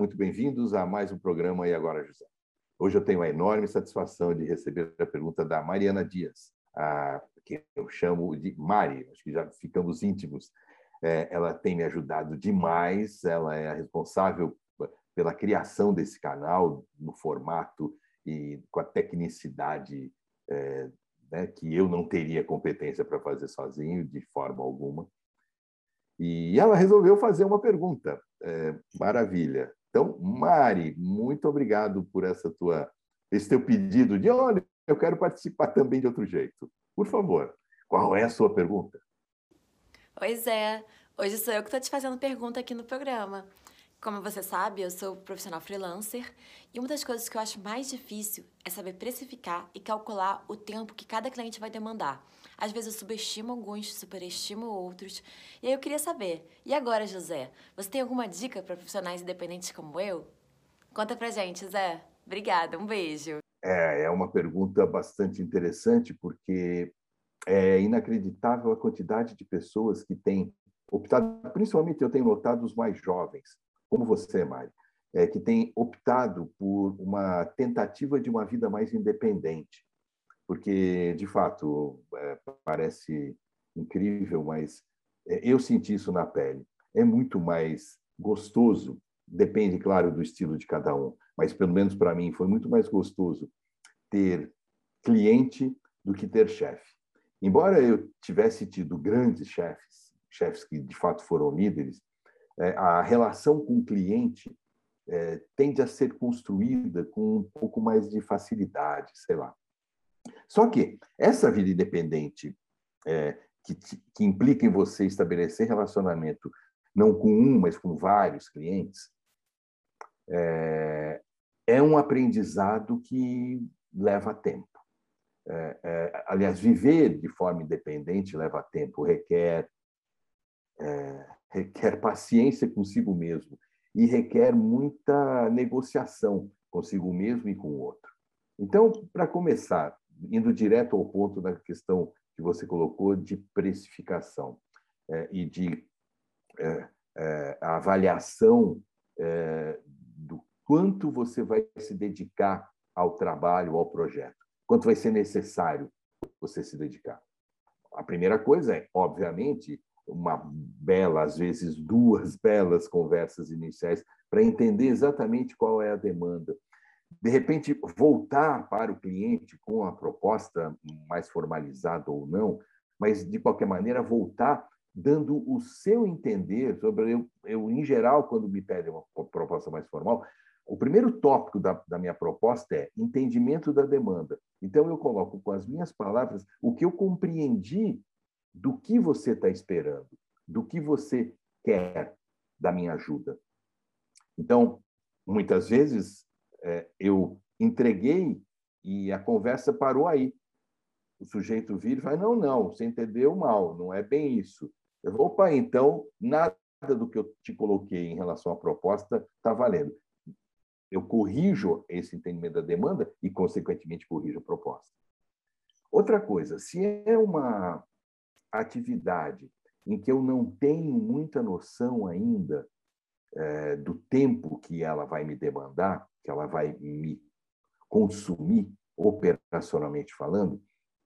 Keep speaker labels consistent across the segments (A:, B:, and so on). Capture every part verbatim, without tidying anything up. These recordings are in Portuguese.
A: muito bem-vindos a mais um programa E Agora, José. Hoje eu tenho a enorme satisfação de receber a pergunta da Mariana Dias, a, que eu chamo de Mari, acho que já ficamos íntimos. É, ela tem me ajudado demais, ela é a responsável pela criação desse canal, no formato e com a tecnicidade é, né, que eu não teria competência para fazer sozinho, de forma alguma. E ela resolveu fazer uma pergunta. É, maravilha. Então, Mari, muito obrigado por essa tua, esse teu pedido de, olha, eu quero participar também de outro jeito. Por favor, qual é a sua pergunta?
B: Oi, Zé. Hoje sou eu que estou te fazendo pergunta aqui no programa. Como você sabe, eu sou profissional freelancer e uma das coisas que eu acho mais difícil é saber precificar e calcular o tempo que cada cliente vai demandar. Às vezes eu subestimo alguns, superestimo outros. E aí eu queria saber, e agora, José? Você tem alguma dica para profissionais independentes como eu? Conta pra gente, Zé. Obrigada, um beijo.
A: É, é uma pergunta bastante interessante, porque é inacreditável a quantidade de pessoas que têm optado, principalmente eu tenho notado os mais jovens, como você, Mari, é, que têm optado por uma tentativa de uma vida mais independente. Porque, de fato, é, parece incrível, mas é, eu senti isso na pele. É muito mais gostoso, depende, claro, do estilo de cada um, mas pelo menos para mim foi muito mais gostoso ter cliente do que ter chefe. Embora eu tivesse tido grandes chefes, chefes que de fato foram líderes, é, a relação com o cliente é, tende a ser construída com um pouco mais de facilidade, sei lá. Só que essa vida independente, é, que, que implica em você estabelecer relacionamento não com um, mas com vários clientes, é, é um aprendizado que leva tempo. É, é, aliás, viver de forma independente leva tempo, requer, é, requer paciência consigo mesmo e requer muita negociação consigo mesmo e com o outro. Então, para começar, indo direto ao ponto da questão que você colocou de precificação é, e de é, é, avaliação é, do quanto você vai se dedicar ao trabalho, ao projeto, quanto vai ser necessário você se dedicar. A primeira coisa é, obviamente, uma bela, às vezes duas belas conversas iniciais para entender exatamente qual é a demanda. De repente, voltar para o cliente com a proposta mais formalizada ou não, mas, de qualquer maneira, voltar dando o seu entender sobre... Eu, eu em geral, quando me pedem uma proposta mais formal, o primeiro tópico da, da minha proposta é entendimento da demanda. Então, eu coloco com as minhas palavras o que eu compreendi do que você está esperando, do que você quer da minha ajuda. Então, muitas vezes, é, eu entreguei e a conversa parou aí. O sujeito vira e fala, não, não, você entendeu mal, não é bem isso. Eu vou, opa, então, nada do que eu te coloquei em relação à proposta está valendo. Eu corrijo esse entendimento da demanda e, consequentemente, corrijo a proposta. Outra coisa, se é uma atividade em que eu não tenho muita noção ainda é, do tempo que ela vai me demandar, que ela vai me consumir, operacionalmente falando,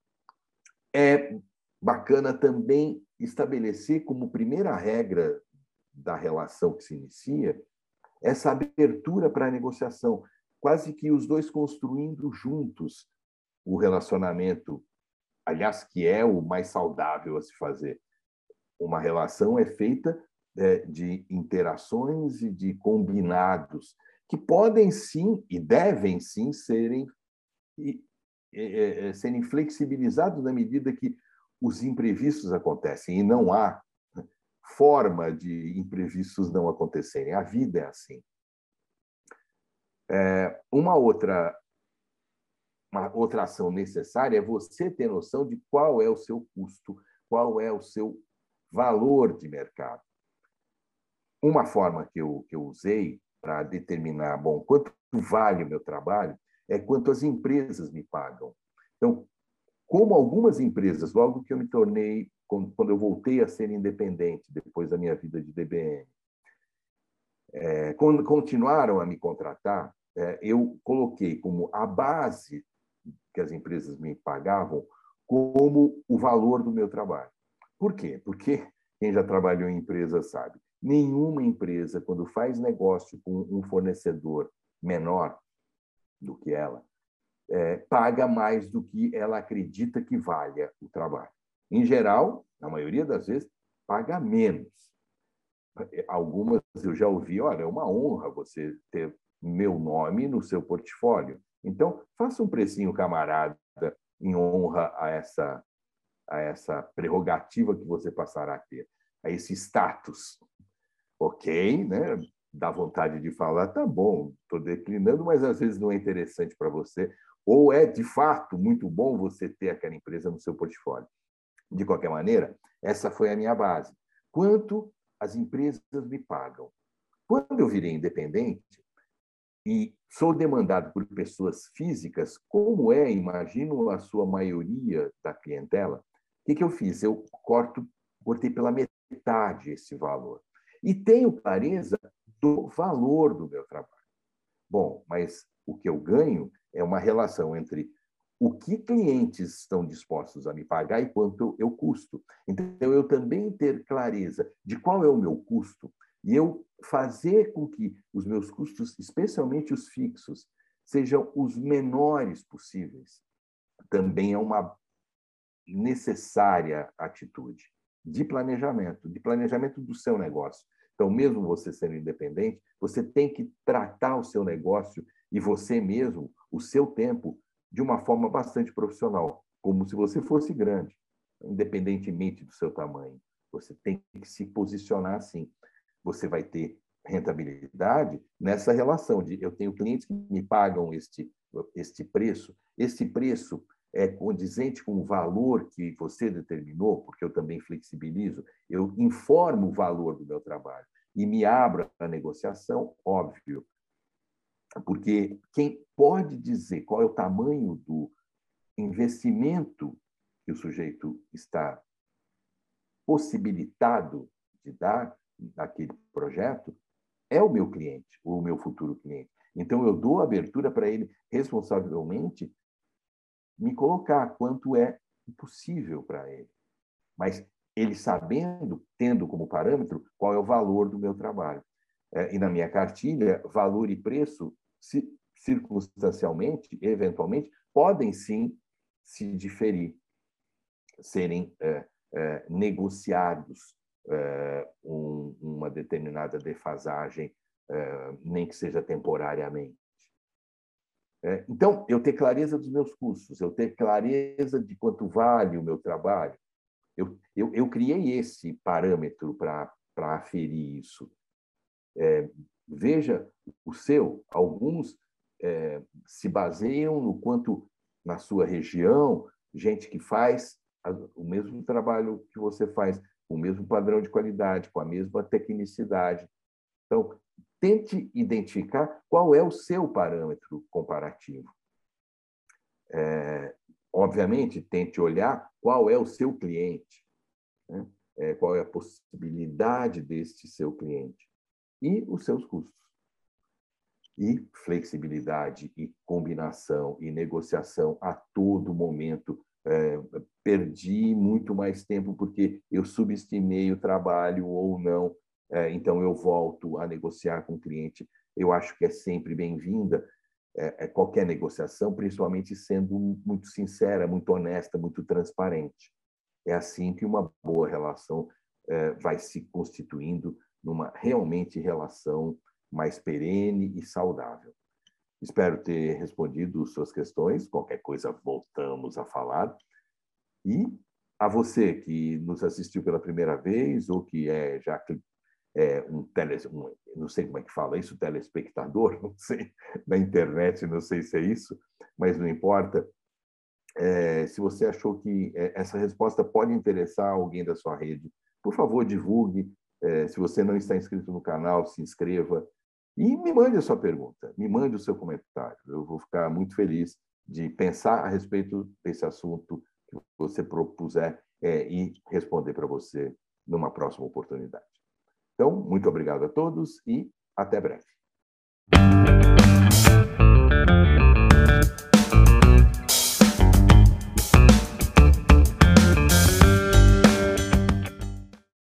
A: é bacana também estabelecer como primeira regra da relação que se inicia essa abertura para a negociação, quase que os dois construindo juntos o relacionamento, aliás, que é o mais saudável a se fazer. Uma relação é feita de interações e de combinados que podem sim e devem sim serem, serem flexibilizados na medida que os imprevistos acontecem e não há forma de imprevistos não acontecerem. A vida é assim. É, uma outra uma outra ação necessária é você ter noção de qual é o seu custo, qual é o seu valor de mercado. Uma forma que eu, que eu usei para determinar, bom, quanto vale o meu trabalho, é quanto as empresas me pagam. Então, como algumas empresas, logo que eu me tornei, quando eu voltei a ser independente, depois da minha vida de D B N, É, quando continuaram a me contratar, é, eu coloquei como a base que as empresas me pagavam como o valor do meu trabalho. Por quê? Porque quem já trabalhou em empresa sabe, nenhuma empresa, quando faz negócio com um fornecedor menor do que ela, é, paga mais do que ela acredita que valha o trabalho. Em geral, na maioria das vezes, paga menos. Algumas eu já ouvi, olha, é uma honra você ter meu nome no seu portfólio. Então, faça um precinho camarada em honra a essa, a essa prerrogativa que você passará a ter, a esse status. Ok, né? Dá vontade de falar, tá bom, estou declinando, mas às vezes não é interessante para você, ou é de fato muito bom você ter aquela empresa no seu portfólio. De qualquer maneira, essa foi a minha base. Quanto as empresas me pagam? Quando eu virei independente e sou demandado por pessoas físicas, como é, imagino, a sua maioria da clientela, o que, que eu fiz? Eu corto, cortei pela metade esse valor. E tenho clareza do valor do meu trabalho. Bom, mas o que eu ganho é uma relação entre o que clientes estão dispostos a me pagar e quanto eu custo. Então, eu também ter clareza de qual é o meu custo e eu fazer com que os meus custos, especialmente os fixos, sejam os menores possíveis, também é uma necessária atitude de planejamento, de planejamento do seu negócio. Então, mesmo você sendo independente, você tem que tratar o seu negócio e você mesmo, o seu tempo, de uma forma bastante profissional, como se você fosse grande, independentemente do seu tamanho. Você tem que se posicionar assim. Você vai ter rentabilidade nessa relação de eu tenho clientes que me pagam este, este preço, este preço é condizente com o valor que você determinou, porque eu também flexibilizo, eu informo o valor do meu trabalho e me abro à negociação, óbvio, porque quem pode dizer qual é o tamanho do investimento que o sujeito está possibilitado de dar naquele projeto é o meu cliente, ou o meu futuro cliente. Então, eu dou abertura para ele responsavelmente me colocar quanto é possível para ele. Mas ele sabendo, tendo como parâmetro, qual é o valor do meu trabalho. E na minha cartilha, valor e preço, circunstancialmente, eventualmente, podem sim se diferir, serem é, é, negociados é, um, uma determinada defasagem, é, nem que seja temporariamente. É, então, eu ter clareza dos meus custos, eu ter clareza de quanto vale o meu trabalho, eu, eu, eu criei esse parâmetro para aferir isso. É, veja o seu, alguns é, se baseiam no quanto na sua região, gente que faz o mesmo trabalho que você faz, com o mesmo padrão de qualidade, com a mesma tecnicidade. Então, tente identificar qual é o seu parâmetro comparativo. É, obviamente, tente olhar qual é o seu cliente, né? É, qual é a possibilidade deste seu cliente e os seus custos. E flexibilidade, e combinação, e negociação a todo momento. É, perdi muito mais tempo porque eu subestimei o trabalho ou não, é, então eu volto a negociar com o cliente. Eu acho que é sempre bem-vinda é, é qualquer negociação, principalmente sendo muito sincera, muito honesta, muito transparente. É assim que uma boa relação é, vai se constituindo numa realmente relação mais perene e saudável. Espero ter respondido suas questões. Qualquer coisa, voltamos a falar. E a você que nos assistiu pela primeira vez ou que é já é, um, tele, um não sei como é que fala isso, telespectador, não sei, na internet, não sei se é isso, mas não importa. É, se você achou que essa resposta pode interessar alguém da sua rede, por favor, divulgue. É, se você não está inscrito no canal, se inscreva. E me mande a sua pergunta, me mande o seu comentário. Eu vou ficar muito feliz de pensar a respeito desse assunto que você propuser é, e responder para você numa próxima oportunidade. Então, muito obrigado a todos e Até breve.